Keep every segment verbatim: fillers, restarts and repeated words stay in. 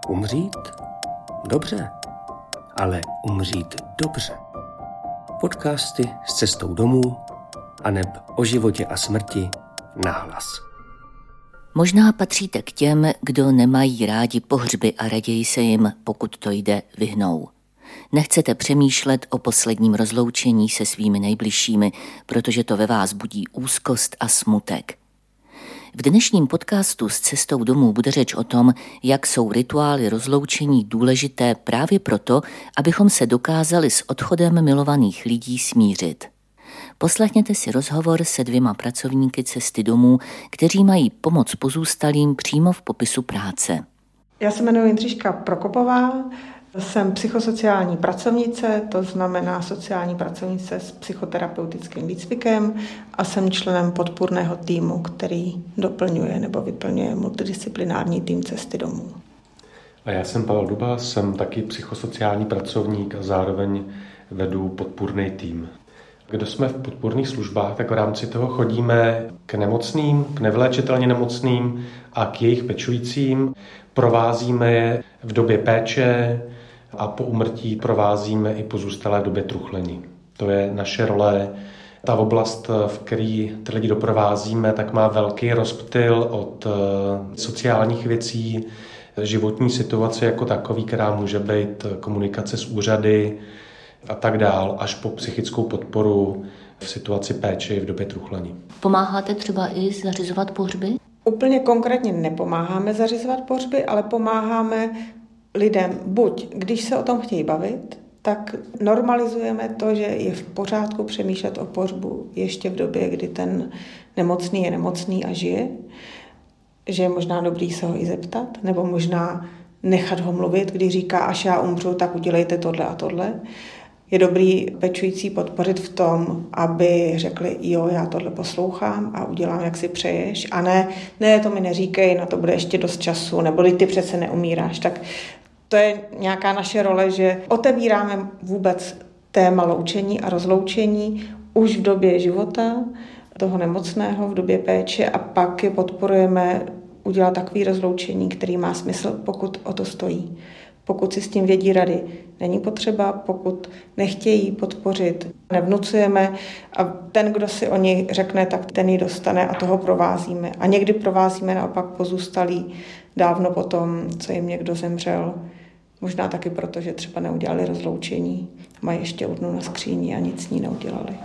Umřít? Dobře, ale umřít dobře. Podcasty s cestou domů aneb o životě a smrti nahlas. Možná patříte k těm, kdo nemají rádi pohřby a raději se jim, pokud to jde, vyhnou. Nechcete přemýšlet o posledním rozloučení se svými nejbližšími, protože to ve vás budí úzkost a smutek. V dnešním podcastu s cestou domů bude řeč o tom, jak jsou rituály rozloučení důležité právě proto, abychom se dokázali s odchodem milovaných lidí smířit. Poslechněte si rozhovor se dvěma pracovníky cesty domů, kteří mají pomoc pozůstalým přímo v popisu práce. Já se jmenuji Jindřiška Prokopová, jsem psychosociální pracovnice, to znamená sociální pracovnice s psychoterapeutickým výcvikem a jsem členem podpůrného týmu, který doplňuje nebo vyplňuje multidisciplinární tým cesty domů. A já jsem Pavel Duba, jsem taky psychosociální pracovník a zároveň vedu podpůrný tým. Kdo jsme v podpůrných službách, tak v rámci toho chodíme k nemocným, k nevyléčitelně nemocným a k jejich pečujícím. Provázíme je v době péče a po úmrtí provázíme i pozůstalé v době truchlení. To je naše role. Ta oblast, v které ty lidi doprovázíme, tak má velký rozptyl od sociálních věcí, životní situace jako takový, která může být komunikace s úřady a tak dál, až po psychickou podporu v situaci péče v době truchlení. Pomáháte třeba i zařizovat pohřby? Úplně konkrétně nepomáháme zařizovat pohřby, ale pomáháme lidem buď, když se o tom chtějí bavit, tak normalizujeme to, že je v pořádku přemýšlet o pohřbu ještě v době, kdy ten nemocný je nemocný a žije, že je možná dobrý se ho i zeptat, nebo možná nechat ho mluvit, když říká, až já umřu, tak udělejte tohle a tohle. Je dobrý pečující podpořit v tom, aby řekli, jo, já tohle poslouchám a udělám, jak si přeješ. A ne, ne, to mi neříkej, na to bude ještě dost času, nebo ty přece neumíráš. Tak to je nějaká naše role, že otevíráme vůbec téma loučení a rozloučení už v době života toho nemocného, v době péče a pak je podporujeme udělat takový rozloučení, který má smysl, pokud o to stojí. Pokud si s tím vědí rady, není potřeba, pokud nechtějí podpořit, nevnucujeme a ten, kdo si o něj řekne, tak ten ji dostane a toho provázíme. A někdy provázíme naopak pozůstalí dávno potom, co jim někdo zemřel. Možná taky proto, že třeba neudělali rozloučení, mají ještě urnu na skříni a nic s ní neudělali.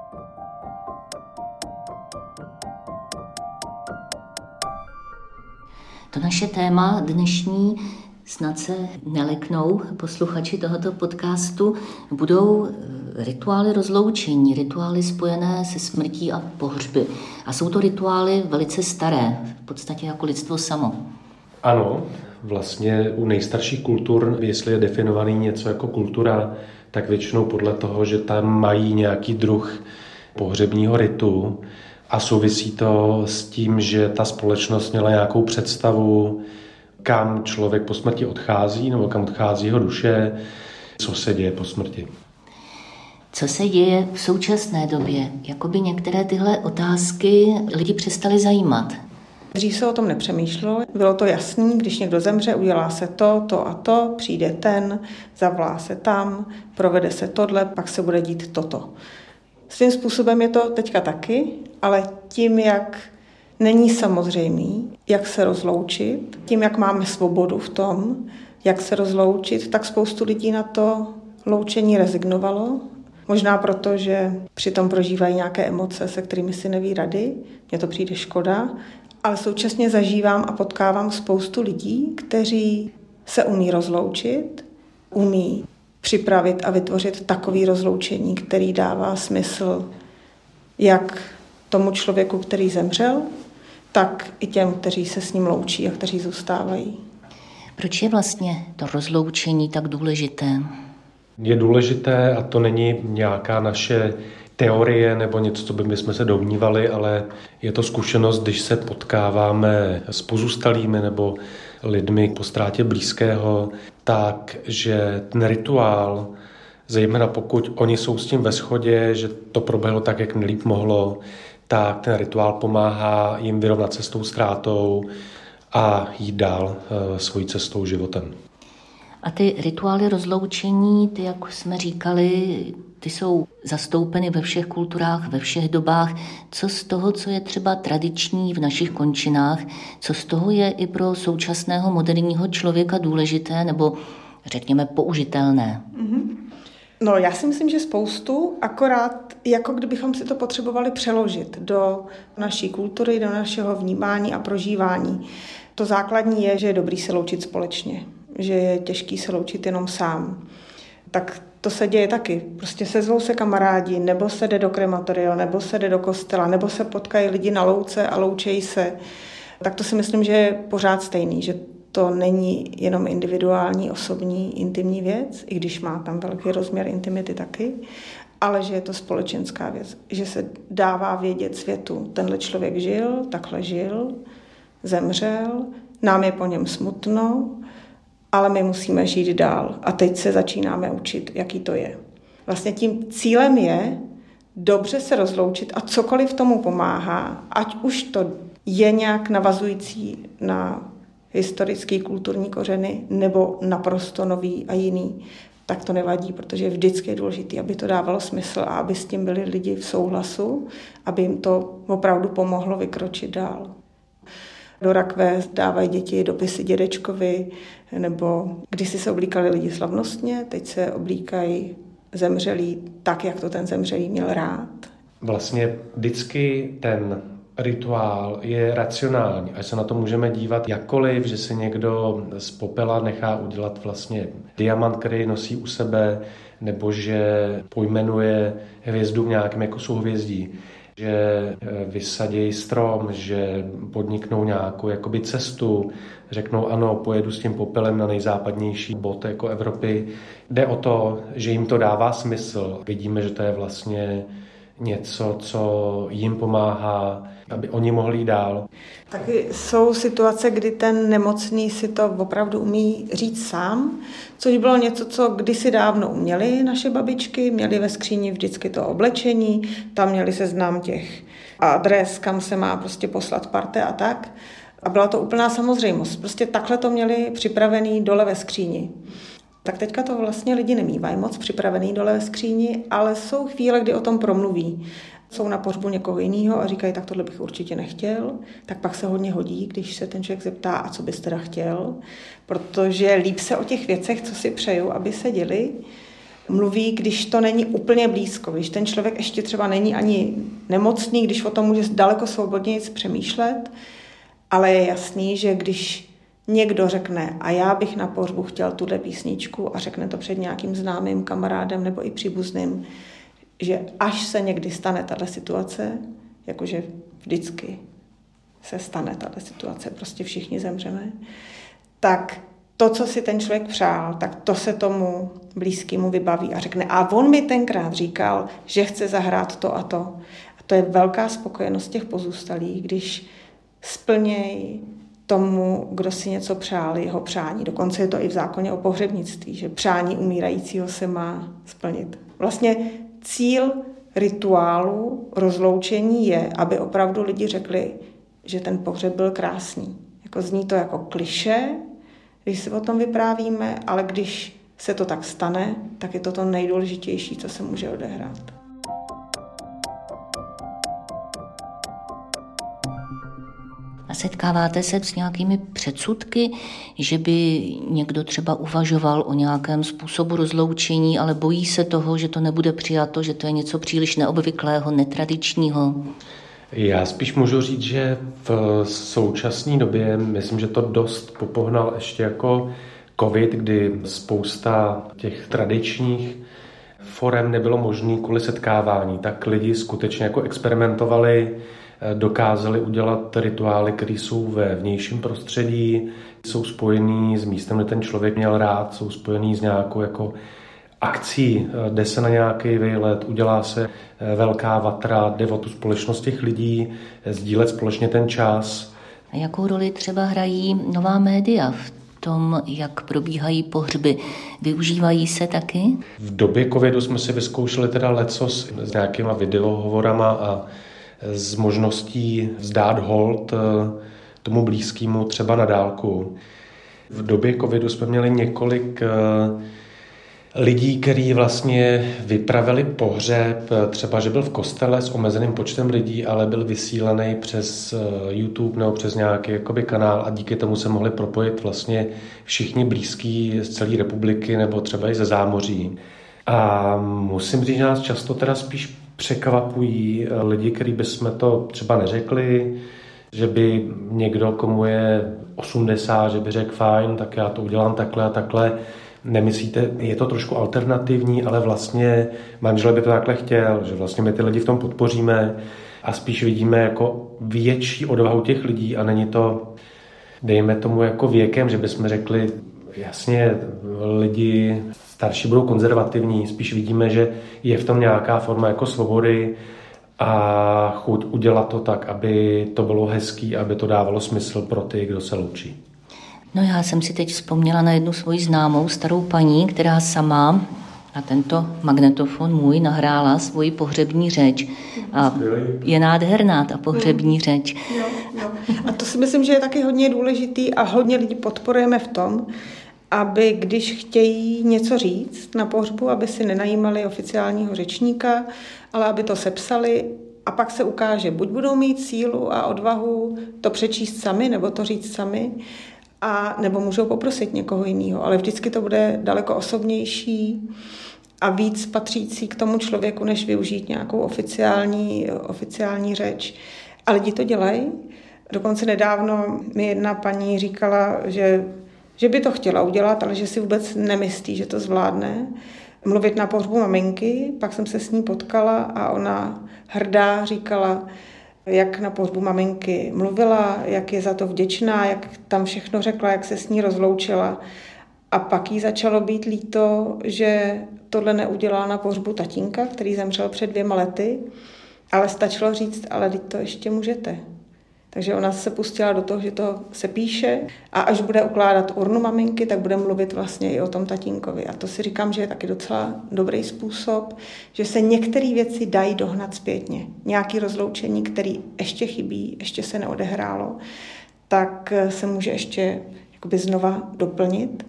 To naše téma dnešní, snad se neleknou posluchači tohoto podcastu, budou rituály rozloučení, rituály spojené se smrtí a pohřby. A jsou to rituály velice staré, v podstatě jako lidstvo samo. Ano, vlastně u nejstarších kultur, jestli je definovaný něco jako kultura, tak většinou podle toho, že tam mají nějaký druh pohřebního ritu a souvisí to s tím, že ta společnost měla nějakou představu, kam člověk po smrti odchází, nebo kam odchází jeho duše, co se děje po smrti. Co se děje v současné době? Jakoby některé tyhle otázky lidi přestali zajímat. Dřív se o tom nepřemýšlelo, bylo to jasný, když někdo zemře, udělá se to, to a to, přijde ten, zavolá se tam, provede se tohle, pak se bude dít toto. Svým způsobem je to teďka taky, ale tím, jak není samozřejmý, jak se rozloučit, tím, jak máme svobodu v tom, jak se rozloučit, tak spoustu lidí na to loučení rezignovalo. Možná proto, že přitom prožívají nějaké emoce, se kterými si neví rady, mně to přijde škoda, ale současně zažívám a potkávám spoustu lidí, kteří se umí rozloučit, umí připravit a vytvořit takový rozloučení, který dává smysl jak tomu člověku, který zemřel, tak i těm, kteří se s ním loučí a kteří zůstávají. Proč je vlastně to rozloučení tak důležité? Je důležité a to není nějaká naše teorie nebo něco, co bychom se domnívali, ale je to zkušenost, když se potkáváme s pozůstalými nebo lidmi po ztrátě blízkého, tak, že ten rituál, zejména pokud oni jsou s tím ve shodě, že to proběhlo tak, jak nejlíp mohlo, tak ten rituál pomáhá jim vyrovnat se s tou ztrátou a jít dál svojí cestou životem. A ty rituály rozloučení, ty, jak jsme říkali, ty jsou zastoupeny ve všech kulturách, ve všech dobách. Co z toho, co je třeba tradiční v našich končinách, co z toho je i pro současného moderního člověka důležité nebo řekněme použitelné? Mm-hmm. No, já si myslím, že spoustu, akorát jako kdybychom si to potřebovali přeložit do naší kultury, do našeho vnímání a prožívání. To základní je, že je dobrý se loučit společně, že je těžký se loučit jenom sám. Tak to se děje taky. Prostě sezvou se kamarádi, nebo se jde do krematoria, nebo se jde do kostela, nebo se potkají lidi na louce a loučejí se. Tak to si myslím, že je pořád stejný, že to není jenom individuální, osobní, intimní věc, i když má tam velký rozměr intimity taky, ale že je to společenská věc, že se dává vědět světu. Tenhle člověk žil, takhle žil, zemřel, nám je po něm smutno, ale my musíme žít dál. A teď se začínáme učit, jaký to je. Vlastně tím cílem je dobře se rozloučit a cokoliv tomu pomáhá, ať už to je nějak navazující na historický, kulturní kořeny nebo naprosto nový a jiný, tak to nevadí, protože vždycky je důležité, aby to dávalo smysl a aby s tím byli lidi v souhlasu, aby jim to opravdu pomohlo vykročit dál. Do rakve dávají děti dopisy dědečkovi, nebo kdysi se oblíkali lidi slavnostně, teď se oblíkají zemřelí tak, jak to ten zemřelý měl rád. Vlastně vždycky ten rituál je racionální, až se na to můžeme dívat jakkoliv, že se někdo z popela nechá udělat vlastně diamant, který nosí u sebe, nebo že pojmenuje hvězdu v nějakém jako souhvězdí, že vysadí strom, že podniknou nějakou jakoby cestu, řeknou ano, pojedu s tím popelem na nejzápadnější bod jako Evropy. Jde o to, že jim to dává smysl. Vidíme, že to je vlastně něco, co jim pomáhá, aby oni mohli jít dál. Taky jsou situace, kdy ten nemocný si to opravdu umí říct sám, což bylo něco, co kdysi dávno uměli naše babičky, měli ve skříni vždycky to oblečení, tam měli seznam těch adres, kam se má prostě poslat parte a tak. A byla to úplná samozřejmost. Prostě takhle to měli připravený dole ve skříni. Tak teďka to vlastně lidi nemývají moc připravený dole ve skříni, ale jsou chvíle, kdy o tom promluví. Jsou na pohřbu někoho jiného a říkají, tak tohle bych určitě nechtěl. Tak pak se hodně hodí, když se ten člověk zeptá, a co bys teda chtěl. Protože líp se o těch věcech, co si přeju, aby se děli, mluví, když to není úplně blízko. Když ten člověk ještě třeba není ani nemocný, když o tom může daleko svobodněji přemýšlet, ale je jasný, že když někdo řekne, a já bych na pohřbu chtěl tuhle písničku a řekne to před nějakým známým kamarádem nebo i příbuzným, že až se někdy stane tato situace, jakože vždycky se stane tato situace, prostě všichni zemřeme, tak to, co si ten člověk přál, tak to se tomu blízkému vybaví a řekne, a on mi tenkrát říkal, že chce zahrát to a to. A to je velká spokojenost těch pozůstalých, když splnějí tomu, kdo si něco přál, jeho přání. Dokonce je to i v zákoně o pohřebnictví, že přání umírajícího se má splnit. Vlastně cíl rituálu rozloučení je, aby opravdu lidi řekli, že ten pohřeb byl krásný. Jako zní to jako klišé, když si o tom vyprávíme, ale když se to tak stane, tak je to to nejdůležitější, co se může odehrát. A setkáváte se s nějakými předsudky, že by někdo třeba uvažoval o nějakém způsobu rozloučení, ale bojí se toho, že to nebude přijato, že to je něco příliš neobvyklého, netradičního? Já spíš můžu říct, že v současné době, myslím, že to dost popohnal ještě jako covid, kdy spousta těch tradičních forem nebylo možné kvůli setkávání, tak lidi skutečně jako experimentovali, dokázali udělat rituály, které jsou ve vnějším prostředí, jsou spojený s místem, kde ten člověk měl rád, jsou spojený s nějakou jako akcí, jde se na nějaký výlet, udělá se velká vatra, jde o tu společnost těch lidí, sdílet společně ten čas. A jakou roli třeba hrají nová média v tom, jak probíhají pohřby? Využívají se taky? V době covidu jsme si vyzkoušeli teda lecos s nějakýma videohovorama a s možností vzdát hold tomu blízkému třeba na dálku. V době covidu jsme měli několik lidí, kteří vlastně vypravili pohřeb, třeba, že byl v kostele s omezeným počtem lidí, ale byl vysílaný přes YouTube nebo přes nějaký jakoby kanál a díky tomu se mohli propojit vlastně všichni blízký z celé republiky nebo třeba i ze zámoří. A musím říct, že nás často teda spíš překvapují lidi, kteří bychom to třeba neřekli, že by někdo, komu je osmdesát, že by řekl fajn, tak já to udělám takhle a takhle. Nemyslíte, je to trošku alternativní, ale vlastně manžel by to takhle chtěl, že vlastně my ty lidi v tom podpoříme a spíš vidíme jako větší odvahu těch lidí a není to, dejme tomu jako věkem, že bychom řekli, jasně, lidi starší budou konzervativní, spíš vidíme, že je v tom nějaká forma jako svobody a chuť udělat to tak, aby to bylo hezký, aby to dávalo smysl pro ty, kdo se loučí. No já jsem si teď vzpomněla na jednu svoji známou starou paní, která sama na tento magnetofon můj nahrála svoji pohřební řeč. A je nádherná ta pohřební řeč. No, no. A to si myslím, že je taky hodně důležitý a hodně lidí podporujeme v tom, aby když chtějí něco říct na pohřbu, aby si nenajímali oficiálního řečníka, ale aby to sepsali a pak se ukáže, buď budou mít sílu a odvahu to přečíst sami nebo to říct sami, a nebo můžou poprosit někoho jiného, ale vždycky to bude daleko osobnější a víc patřící k tomu člověku, než využít nějakou oficiální, oficiální řeč. A lidi to dělají. Dokonce nedávno mi jedna paní říkala, že, že by to chtěla udělat, ale že si vůbec nemyslí, že to zvládne. Mluvit na pohřbu maminky, pak jsem se s ní potkala a ona hrdá říkala, jak na pohřbu maminky mluvila, jak je za to vděčná, jak tam všechno řekla, jak se s ní rozloučila. A pak jí začalo být líto, že tohle neudělala na pohřbu tatínka, který zemřel před dvěma lety, ale stačilo říct, ale teď to ještě můžete. Takže ona se pustila do toho, že to se píše a až bude ukládat urnu maminky, tak bude mluvit vlastně i o tom tatínkovi. A to si říkám, že je taky docela dobrý způsob, že se některé věci dají dohnat zpětně. Nějaké rozloučení, které ještě chybí, ještě se neodehrálo, tak se může ještě jakoby znova doplnit.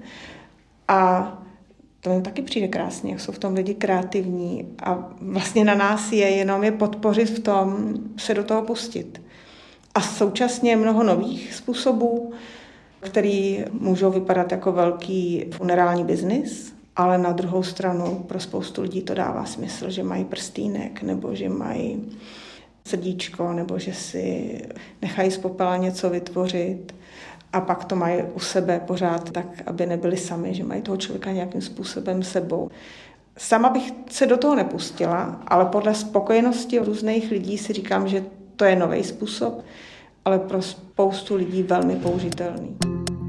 A to mi taky přijde krásně, jak jsou v tom lidi kreativní a vlastně na nás je jenom je podpořit v tom, se do toho pustit. A současně mnoho nových způsobů, který můžou vypadat jako velký funerální biznis, ale na druhou stranu pro spoustu lidí to dává smysl, že mají prstýnek, nebo že mají srdíčko, nebo že si nechají z popela něco vytvořit a pak to mají u sebe pořád tak, aby nebyli sami, že mají toho člověka nějakým způsobem sebou. Sama bych se do toho nepustila, ale podle spokojenosti různých lidí si říkám, že to je nový způsob, ale pro spoustu lidí velmi použitelný.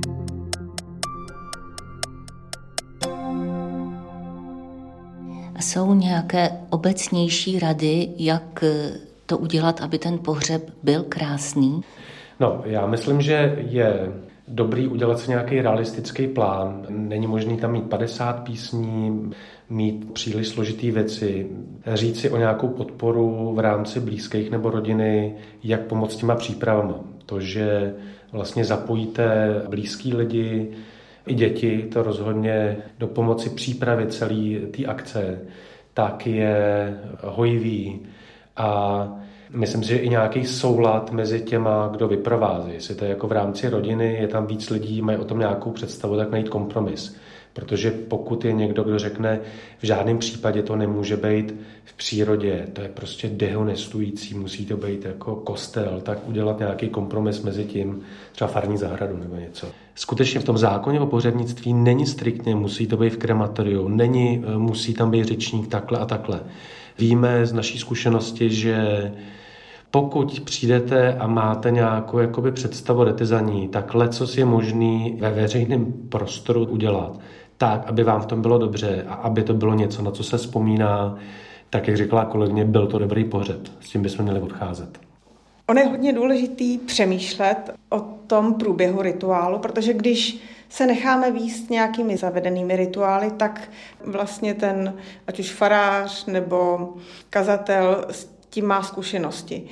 A jsou nějaké obecnější rady, jak to udělat, aby ten pohřeb byl krásný? No, já myslím, že je dobrý udělat si nějaký realistický plán. Není možný tam mít padesát písní, mít příliš složitý věci, říct si o nějakou podporu v rámci blízkých nebo rodiny, jak pomoct těma přípravama. To, že vlastně zapojíte blízký lidi i děti, to rozhodně do pomoci přípravy celé té akce, tak je hojivý a myslím si, že i nějaký soulad mezi těma, kdo vyprovází. Jestli to je jako v rámci rodiny, je tam víc lidí, mají o tom nějakou představu, tak najít kompromis. Protože pokud je někdo, kdo řekne, v žádném případě to nemůže být v přírodě, to je prostě dehonestující, musí to být jako kostel, tak udělat nějaký kompromis mezi tím, třeba farní zahradu nebo něco. Skutečně v tom zákoně o pohřebnictví není striktně, musí to být v krematoriu, není, musí tam být řečník takhle a takhle. Víme z naší zkušenosti, že pokud přijdete a máte nějakou jakoby představu retizání, tak lecos je možný ve veřejném prostoru udělat tak, aby vám v tom bylo dobře a aby to bylo něco, na co se vzpomíná, tak jak řekla kolegyně, byl to dobrý pohřeb. S tím bychom měli odcházet. Ono je hodně důležitý přemýšlet o tom průběhu rituálu, protože když se necháme vést nějakými zavedenými rituály, tak vlastně ten, ať už farář nebo kazatel, s tím má zkušenosti.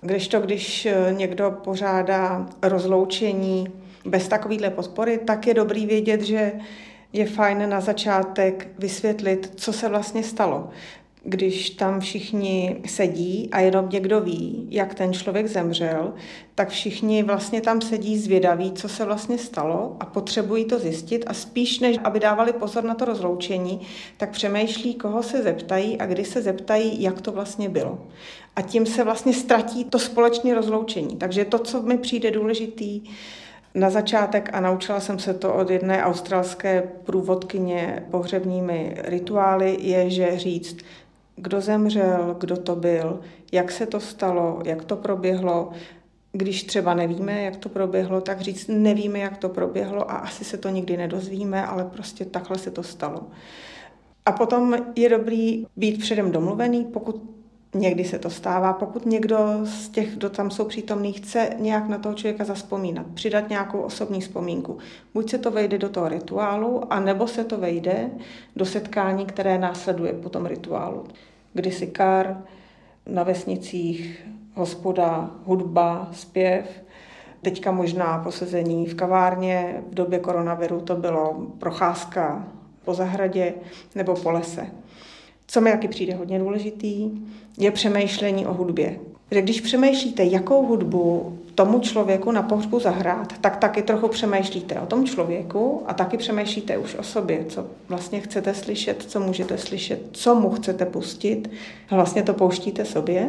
Kdežto, když někdo pořádá rozloučení bez takovéhle podpory, tak je dobrý vědět, že je fajn na začátek vysvětlit, co se vlastně stalo. Když tam všichni sedí a jenom někdo ví, jak ten člověk zemřel, tak všichni vlastně tam sedí zvědaví, co se vlastně stalo a potřebují to zjistit a spíš než aby dávali pozor na to rozloučení, tak přemýšlí, koho se zeptají a kdy se zeptají, jak to vlastně bylo. A tím se vlastně ztratí to společné rozloučení. Takže to, co mi přijde důležitý na začátek, a naučila jsem se to od jedné australské průvodkyně pohřebními rituály, je, že říct, kdo zemřel, kdo to byl, jak se to stalo, jak to proběhlo. Když třeba nevíme, jak to proběhlo, tak říct, nevíme, jak to proběhlo a asi se to nikdy nedozvíme, ale prostě takhle se to stalo. A potom je dobrý být předem domluvený, pokud někdy se to stává, pokud někdo z těch, kdo tam jsou přítomný, chce nějak na toho člověka zazpomínat, přidat nějakou osobní vzpomínku. Buď se to vejde do toho rituálu, anebo se to vejde do setkání, které následuje po tom rituálu. Kdysi kar, na vesnicích, hospoda, hudba, zpěv, teďka možná posezení v kavárně, v době koronaviru to bylo procházka po zahradě nebo po lese. Co mi taky přijde hodně důležitý, je přemýšlení o hudbě. Že když přemýšlíte, jakou hudbu tomu člověku na pohřbu zahrát, tak taky trochu přemýšlíte o tom člověku a taky přemýšlíte už o sobě, co vlastně chcete slyšet, co můžete slyšet, co mu chcete pustit. Vlastně to pouštíte sobě.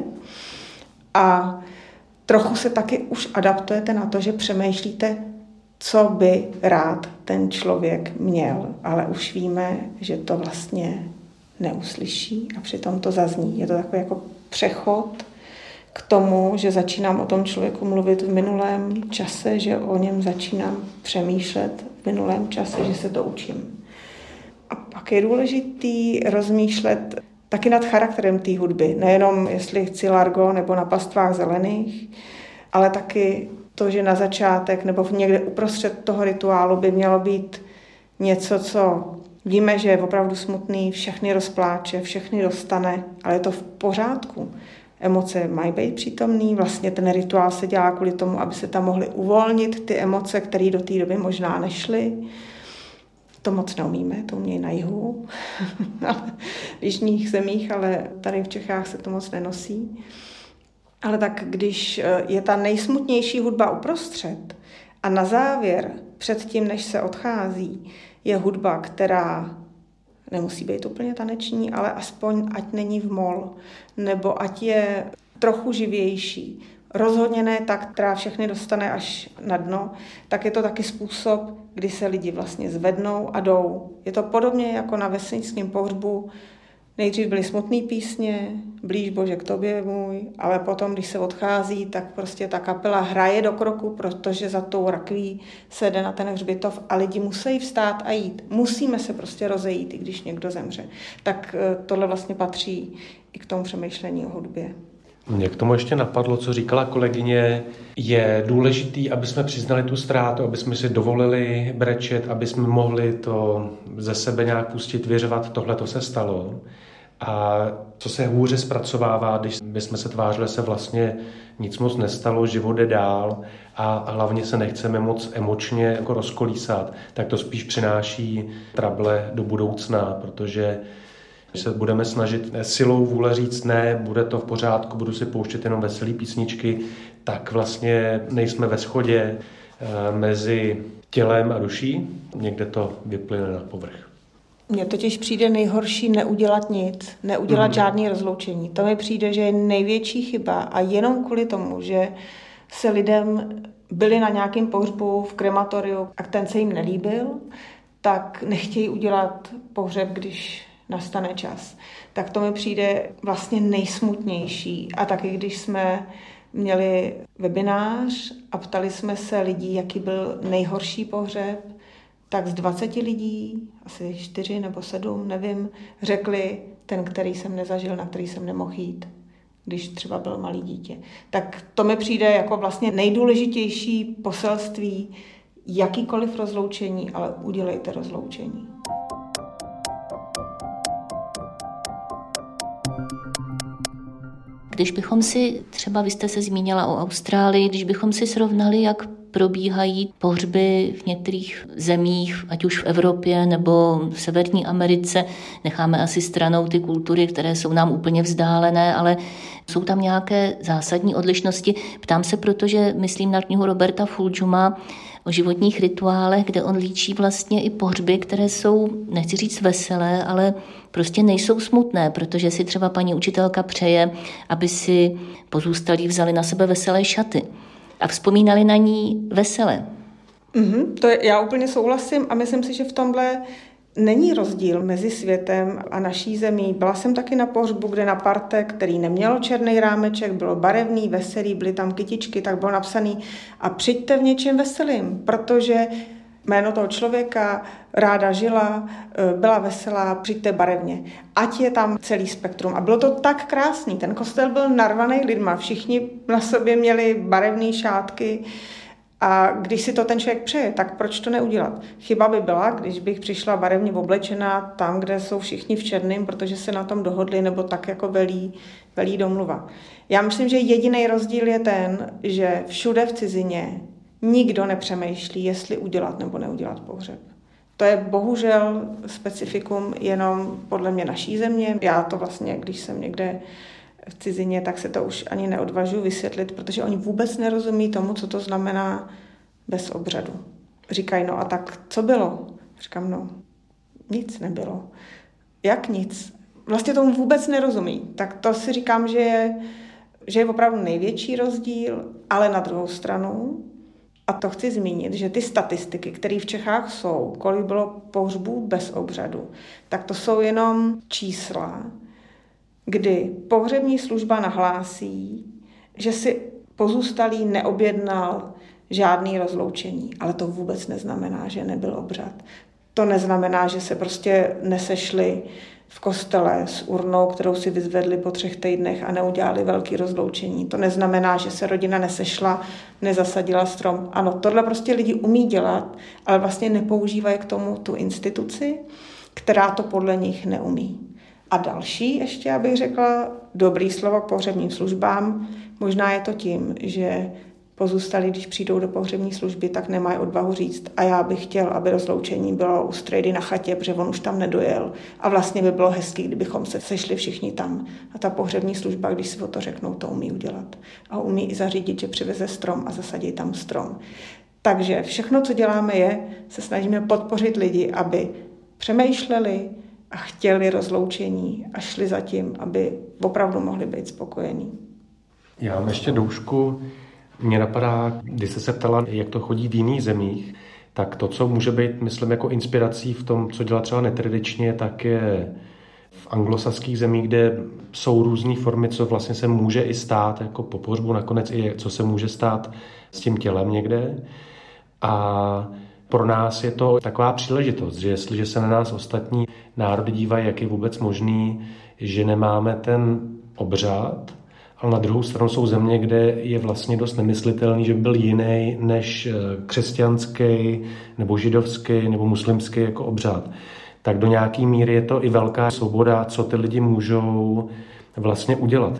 A trochu se taky už adaptujete na to, že přemýšlíte, co by rád ten člověk měl. Ale už víme, že to vlastně neuslyší a přitom to zazní. Je to takový jako přechod k tomu, že začínám o tom člověku mluvit v minulém čase, že o něm začínám přemýšlet v minulém čase, že se to učím. A pak je důležitý rozmýšlet taky nad charakterem té hudby. Nejenom jestli chci largo nebo na pastvách zelených, ale taky to, že na začátek nebo někde uprostřed toho rituálu by mělo být něco, co víme, že je opravdu smutný, všechny rozpláče, všechny dostane, ale je to v pořádku. Emoce mají být přítomný, vlastně ten rituál se dělá kvůli tomu, aby se tam mohly uvolnit ty emoce, které do té doby možná nešly. To moc neumíme, to umějí na jihu, v jižních zemích, ale tady v Čechách se to moc nenosí. Ale tak když je ta nejsmutnější hudba uprostřed a na závěr, před tím, než se odchází, je hudba, která nemusí být úplně taneční, ale aspoň ať není v mol, nebo ať je trochu živější. Rozhodně ne ta, která všechny dostane až na dno, tak je to taky způsob, kdy se lidi vlastně zvednou a jdou. Je to podobně jako na vesnickém pohřbu. Nejdřív byly smutné písně, blíž Bože k tobě můj, ale potom, když se odchází, tak prostě ta kapela hraje do kroku, protože za tou rakví se jde na ten hřbitov a lidi musí vstát a jít. Musíme se prostě rozejít, i když někdo zemře. Tak tohle vlastně patří i k tomu přemýšlení o hudbě. Mě k tomu ještě napadlo, co říkala kolegyně, je důležitý, aby jsme přiznali tu ztrátu, aby jsme si dovolili brečet, aby jsme mohli to ze sebe nějak pustit, vyřvat, tohle to se stalo. A co se hůře zpracovává, když bychom se tvářili, se vlastně nic moc nestalo, život jde dál a hlavně se nechceme moc emočně jako rozkolísat, tak to spíš přináší trable do budoucna, protože se budeme snažit silou vůle říct ne, bude to v pořádku, budu si pouštět jenom veselý písničky, tak vlastně nejsme ve shodě mezi tělem a duší, někde to vyplyne na povrch. Mně totiž přijde nejhorší neudělat nic, neudělat mm. žádné rozloučení. To mi přijde, že je největší chyba a jenom kvůli tomu, že se lidem byli na nějakém pohřbu v krematoriu a ten se jim nelíbil, tak nechtějí udělat pohřeb, když nastane čas. Tak to mi přijde vlastně nejsmutnější. A taky, když jsme měli webinář a ptali jsme se lidí, jaký byl nejhorší pohřeb, tak z dvaceti lidí, asi čtyři nebo sedm, nevím, řekli ten, který jsem nezažil, na který jsem nemohl jít, když třeba byl malý dítě. Tak to mi přijde jako vlastně nejdůležitější poselství, jakýkoliv rozloučení, ale udělejte rozloučení. Když bychom si, třeba vy jste se zmínila o Austrálii, když bychom si srovnali, jak probíhají pohřby v některých zemích, ať už v Evropě nebo v Severní Americe, necháme asi stranou ty kultury, které jsou nám úplně vzdálené, ale jsou tam nějaké zásadní odlišnosti. Ptám se, protože myslím na knihu Roberta Fulghuma o životních rituálech, kde on líčí vlastně i pohřby, které jsou, nechci říct veselé, ale prostě nejsou smutné, protože si třeba paní učitelka přeje, aby si pozůstalí vzali na sebe veselé šaty a vzpomínali na ní vesele. Mm-hmm, to je, já úplně souhlasím a myslím si, že v tomhle není rozdíl mezi světem a naší zemí. Byla jsem taky na pohřbu, kde na parte, který nemělo černý rámeček, bylo barevný, veselý, byly tam kytičky, tak bylo napsaný a přijďte v něčem veselým, protože jméno toho člověka, ráda žila, byla veselá, přijďte barevně. Ať je tam celý spektrum. A bylo to tak krásný. Ten kostel byl narvaný lidma. Všichni na sobě měli barevné šátky. A když si to ten člověk přeje, tak proč to neudělat? Chyba by byla, když bych přišla barevně oblečená tam, kde jsou všichni v černém, protože se na tom dohodli, nebo tak jako velí, velí domluva. Já myslím, že jediný rozdíl je ten, že všude v cizině nikdo nepřemýšlí, jestli udělat nebo neudělat pohřeb. To je bohužel specifikum jenom podle mě naší země. Já to vlastně, když jsem někde v cizině, tak se to už ani neodvažuji vysvětlit, protože oni vůbec nerozumí tomu, co to znamená bez obřadu. Říkají, no a tak co bylo? Říkám, no nic nebylo. Jak nic? Vlastně tomu vůbec nerozumí. Tak to si říkám, že je, že je opravdu největší rozdíl, ale na druhou stranu, a to chci zmínit, že ty statistiky, které v Čechách jsou, kolik bylo pohřbů bez obřadu, tak to jsou jenom čísla, kdy pohřební služba nahlásí, že si pozůstalý neobjednal žádný rozloučení, ale to vůbec neznamená, že nebyl obřad. To neznamená, že se prostě nesešli v kostele s urnou, kterou si vyzvedli po třech týdnech a neudělali velký rozloučení. To neznamená, že se rodina nesešla, nezasadila strom. Ano, tohle prostě lidi umí dělat, ale vlastně nepoužívají k tomu tu instituci, která to podle nich neumí. A další ještě, abych řekla, dobrý slovo k pohřebním službám. Možná je to tím, že pozůstalí, když přijdou do pohřební služby, tak nemají odvahu říct a já bych chtěl, aby rozloučení bylo u strejdy na chatě, protože on už tam nedojel. A vlastně by bylo hezký, kdybychom se sešli všichni tam. A ta pohřební služba, když si o to řeknou, to umí udělat. A umí i zařídit, že přiveze strom a zasadí tam strom. Takže všechno, co děláme, je, se snažíme podpořit lidi, aby přemýšleli a chtěli rozloučení a šli za tím, aby opravdu mohli být spokojení. Já mám ještě doušku. Mně napadá, když jste se ptala, jak to chodí v jiných zemích, tak to, co může být, myslím, jako inspirací v tom, co dělá třeba netradičně, tak je v anglosaských zemích, kde jsou různé formy, co vlastně se může i stát, jako po pohřbu nakonec i co se může stát s tím tělem někde. A pro nás je to taková příležitost, že jestliže se na nás ostatní národy dívají, jak je vůbec možný, že nemáme ten obřad, ale na druhou stranu jsou země, kde je vlastně dost nemyslitelný, že by byl jiný než křesťanský, nebo židovský, nebo muslimský jako obřad. Tak do nějaký míry je to i velká svoboda, co ty lidi můžou vlastně udělat.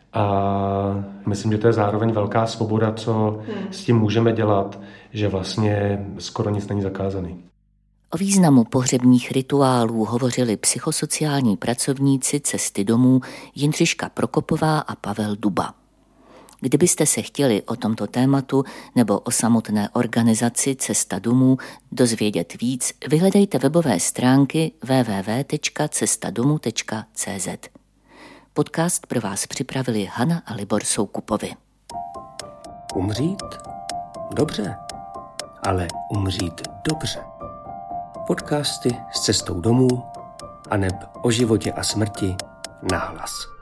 A myslím, že to je zároveň velká svoboda, co s tím můžeme dělat, že vlastně skoro nic není zakázaný. O významu pohřebních rituálů hovořili psychosociální pracovníci Cesty domů Jindřiška Prokopová a Pavel Duba. Kdybyste se chtěli o tomto tématu nebo o samotné organizaci Cesta domů dozvědět víc, vyhledejte webové stránky w w w tečka cesta domů tečka c z. Podcast pro vás připravili Hana a Libor Soukupovi. Umřít? Dobře, ale umřít dobře. Podcasty s cestou domů aneb o životě a smrti nahlas.